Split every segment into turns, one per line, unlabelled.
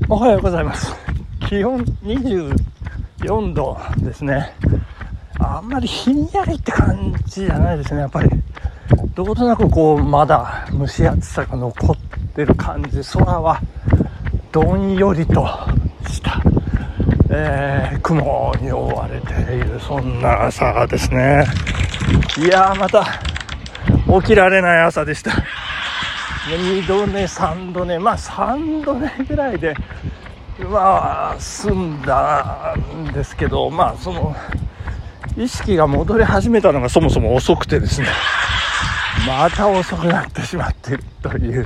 おはようございます。気温24度ですね。あんまりひんやりって感じじゃないですね。やっぱりどことなくまだ蒸し暑さが残ってる感じ。空はどんよりとした、雲に覆われている、そんな朝ですね。いやー、また起きられない朝でした。2度寝3度寝、3度寝ぐらいで済んだんですけど、その意識が戻り始めたのがそもそも遅くてですね、また遅くなってしまっているという、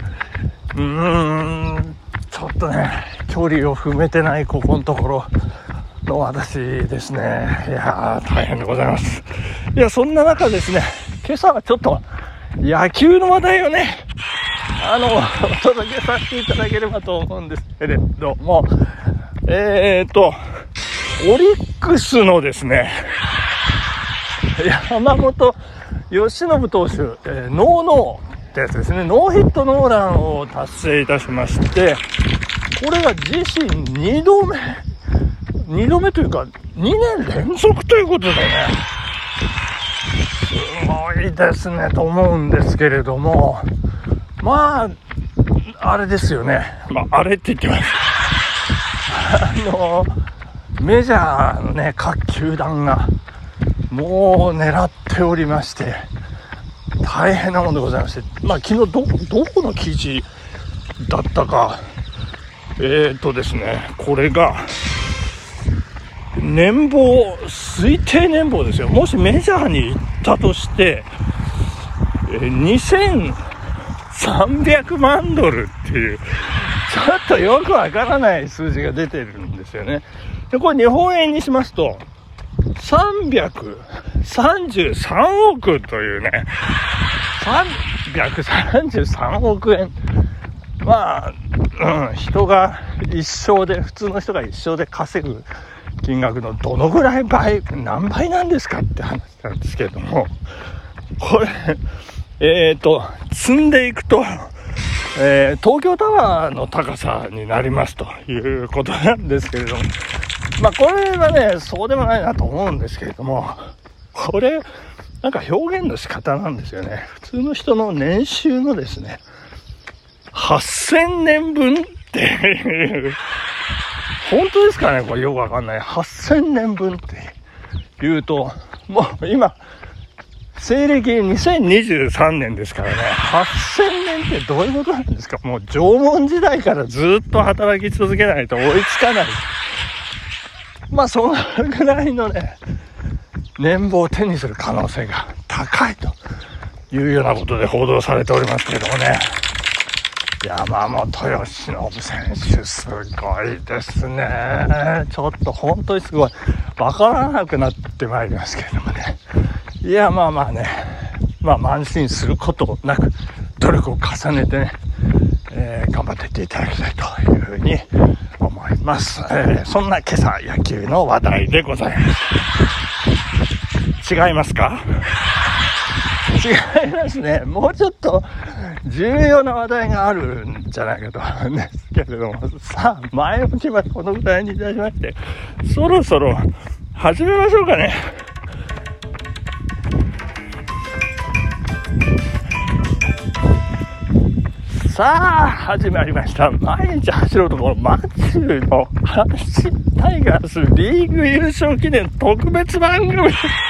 ちょっとね、距離を踏めてないここのところの私ですね。いやー、大変でございます。いや、そんな中ですね、今朝はちょっと野球の話題をね、お届けさせていただければと思うんですけれども、オリックスのですね、山本由伸投手、ノーノーってやつですね、ノーヒットノーランを達成いたしまして、これが自身2度目というか2年連続ということでね、すごいですねと思うんですけれども、あれですよね、あれって言ってます。メジャーのね、各球団がもう狙っておりまして、大変なものでございまして、昨日どこの記事だったか、ですね、これが推定年俸ですよ。もしメジャーに行ったとして、2300万ドルっていう、ちょっとよくわからない数字が出てるんですよね。で、これ日本円にしますと333億というね、333億円。人が普通の人が一生で稼ぐ金額のどのぐらい何倍なんですかって話なんですけれども、これ積んでいくと、東京タワーの高さになりますということなんですけれども、これはね、そうでもないなと思うんですけれども、これなんか表現の仕方なんですよね。普通の人の年収のですね、8000年分っていう、本当ですかね、これよくわかんない。8000年分って言うと、もう今西暦2023年ですからね、8000年ってどういうことなんですか。もう縄文時代からずっと働き続けないと追いつかない。そのぐらいのね、年俸を手にする可能性が高いというようなことで報道されておりますけれどもね。山本由伸選手すごいですね。ちょっと本当にすごい。わからなくなってまいりますけれどもね。いや、慢心することなく努力を重ねてね、頑張っていっていただきたいというふうに思います。そんな今朝野球の話題でございます。違いますか？違いますね。もうちょっと重要な話題があるんじゃないかと思うんですけれども、さあ、前置きはこのぐらいにいたしまして、そろそろ始めましょうかね。さあ、始まりました。毎日走ろうところ、マチューの阪神タイガースリーグ優勝記念特別番組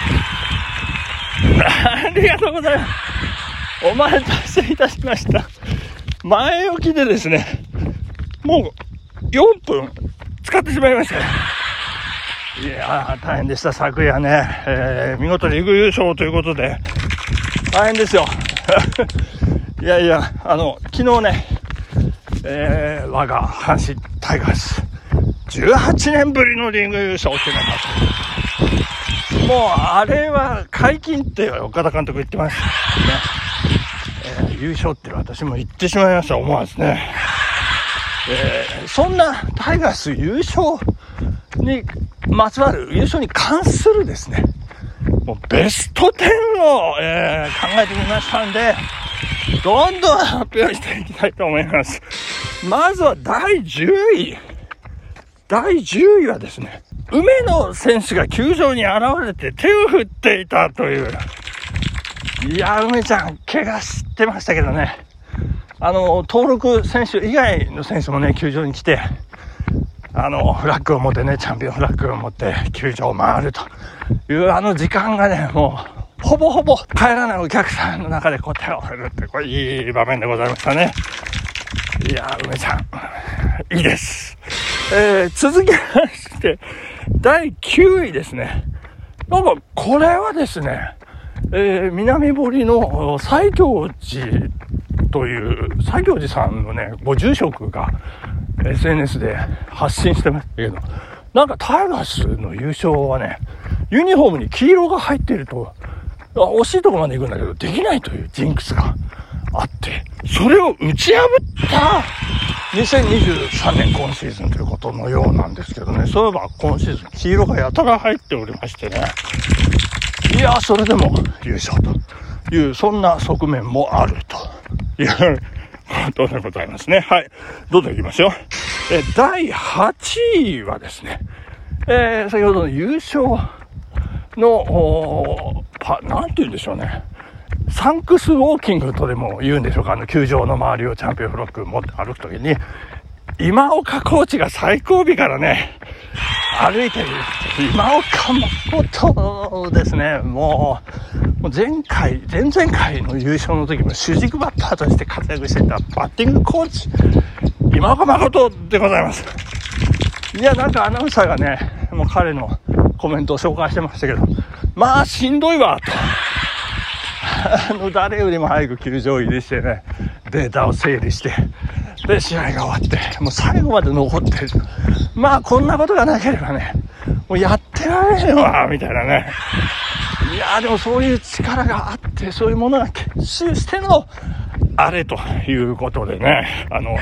ありがとうございます。お待たせいたしました。前置きでですね、もう4分使ってしまいました。いやー、大変でした。昨夜ね、見事リーグ優勝ということで大変ですよいやいや、昨日ね、我が阪神タイガース18年ぶりのリーグ優勝ってなったと。もうあれは解禁って岡田監督言ってますね。優勝って私も言ってしまいました、思わずね。そんなタイガース優勝にまつわる、優勝に関するですね、もうベスト10を、考えてみましたんで、どんどん発表していきたいと思います。まずは第10位。 第10位はですね、梅野選手が球場に現れて手を振っていたという。いや、梅ちゃん、怪我してましたけどね。登録選手以外の選手もね、球場に来て、フラッグを持ってね、チャンピオンフラッグを持って球場を回るという時間がね、もう、ほぼほぼ帰らないお客さんの中でこう手を振るって、これいい場面でございましたね。いや、梅ちゃん、いいです。続きまして、第9位ですね。なんか、これはですね、南堀の西行寺という西行寺さんのねご住職が SNS で発信してましたけど、なんかタイガースの優勝はね、ユニフォームに黄色が入っていると惜しいところまで行くんだけどできないというジンクスがあって、それを打ち破った2023年今シーズンということのようなんですけどね。そういえば今シーズン黄色がやたら入っておりましてね、いや、それでも優勝という、そんな側面もあるということでございますね。はい。どうぞ行きましょう。第8位はですね、先ほどの優勝の、なんて言うんでしょうね。サンクスウォーキングとでも言うんでしょうか。球場の周りをチャンピオンフロック持って歩くときに、今岡コーチが最後尾からね、歩いてる。今岡誠ですね。もう前々回の優勝の時も主軸バッターとして活躍していたバッティングコーチ、今岡誠でございます。いや、なんかアナウンサーがね、もう彼のコメントを紹介してましたけど、まあしんどいわと。誰よりも早く球場入りしてね、データを整理して、で試合が終わってもう最後まで残ってる。まあこんなことがなければね、もうやってられへんわみたいなね。いやでもそういう力があって、そういうものが結集してのあれということでね、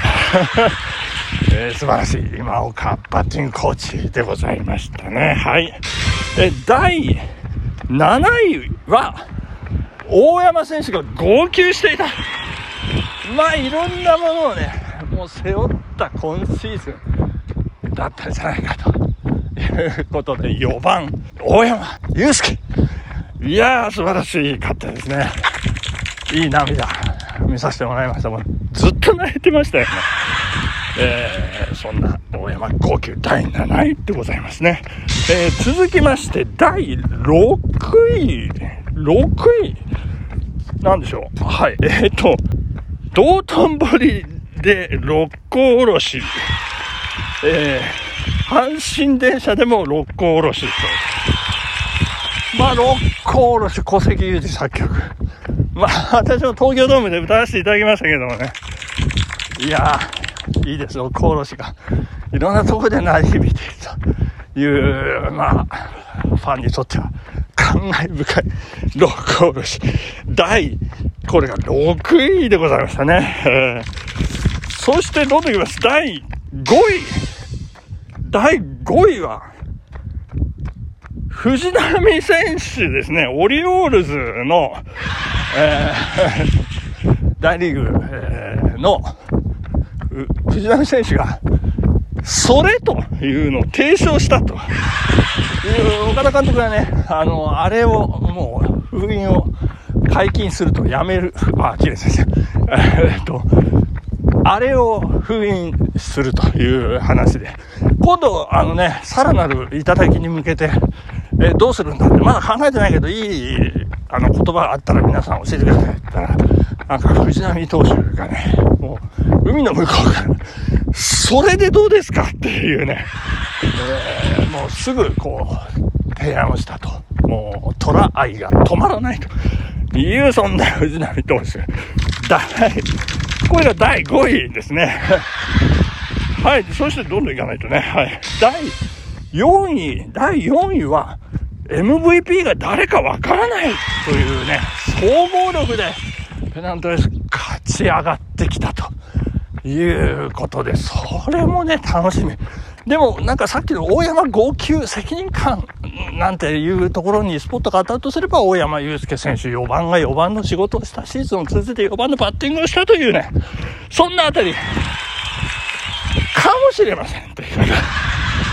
素晴らしい今岡バッティングコーチでございましたね。はい。第7位は大山選手が号泣していた。まあいろんなものをね、もう背負った今シーズンだったんじゃないかということで、4番大山祐介、いやー素晴らしかったですね。いい涙見させてもらいました。もうずっと泣いてましたよね。そんな大山号泣第7位でございますね。続きまして第6位なんでしょう。はい。道頓堀で六甲おろし、阪神電車でも六甲おろしと、まあ六甲おろし小関裕二作曲、まあ私も東京ドームで歌わせていただきましたけどもね、いやーいいです。六甲おろしがいろんなところで鳴り響いているという、まあファンにとっては感慨深い六甲おろし、これが6位でございましたね。そしてどんどんいきます。第5位は藤浪選手ですね。オリオールズの、大リーグ、の藤浪選手がそれというのを提唱したという岡田監督がね、あれをもう封印を解禁するとやめる、違うあれを封印するという話で、今度さらなる頂きに向けて、どうするんだってまだ考えてないけど、いい言葉があったら皆さん教えてくださいって言ったら、なんか藤浪投手がね、もう海の向こうからそれでどうですかっていうね、もうすぐこう提案をしたと。もう虎愛が止まらないという、そんな藤浪投手、これが第5位ですね。はい。そしてどんどんいかないとね。はい。第4位は MVP が誰かわからないというね、総合力でペナントレース勝ち上がってきたということで、それもね楽しみ。でもなんかさっきの大山号泣責任感なんていうところにスポットが当たるとすれば、大山祐介選手4番が4番の仕事をしたシーズンを通じて4番のバッティングをしたというね、そんなあたりかもしれませんという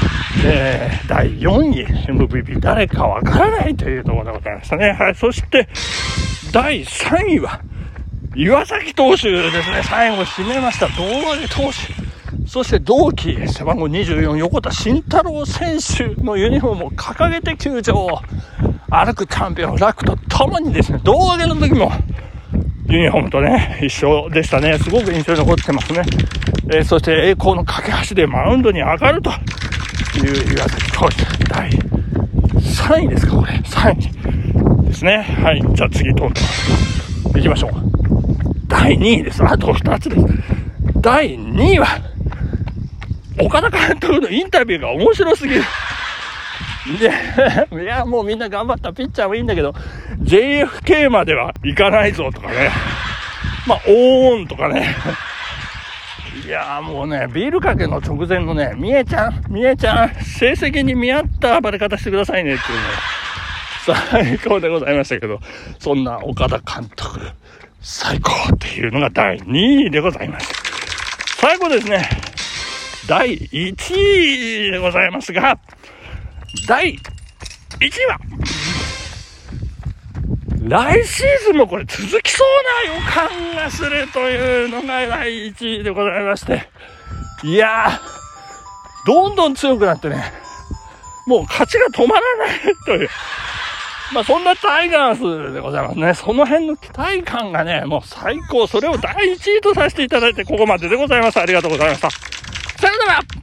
第4位 MVP 誰かわからないというところでございましたね。はい。そして第3位は岩崎投手ですね。最後締めました胴上げ投手。そして同期背番号24横田慎太郎選手のユニフォームを掲げて球場を歩くチャンピオンラックとともにですね、胴上げの時もユニフォームとね一緒でしたね。すごく印象に残ってますね。そして栄光の架け橋でマウンドに上がるという岩崎投手第3位ですか、これ3位ですね。はい。じゃあ次どんどん行きましょう。第2位です。あと2つです。第2位は岡田監督のインタビューが面白すぎる。で、いやもうみんな頑張ったピッチャーもいいんだけど JFK までは行かないぞとかね、まあオーンとかね、いやもうね、ビールかけの直前のね、みえちゃん成績に見合った暴れ方してくださいねっていうね、最高でございましたけど、そんな岡田監督最高っていうのが第2位でございます。最後ですね、第1位でございますが、第1位は来シーズンもこれ続きそうな予感がするというのが第1位でございまして、いやーどんどん強くなってね、もう勝ちが止まらないという、まあそんなタイガースでございますね。その辺の期待感がね、もう最高。それを第1位とさせていただいてここまででございます。ありがとうございました。さよなら。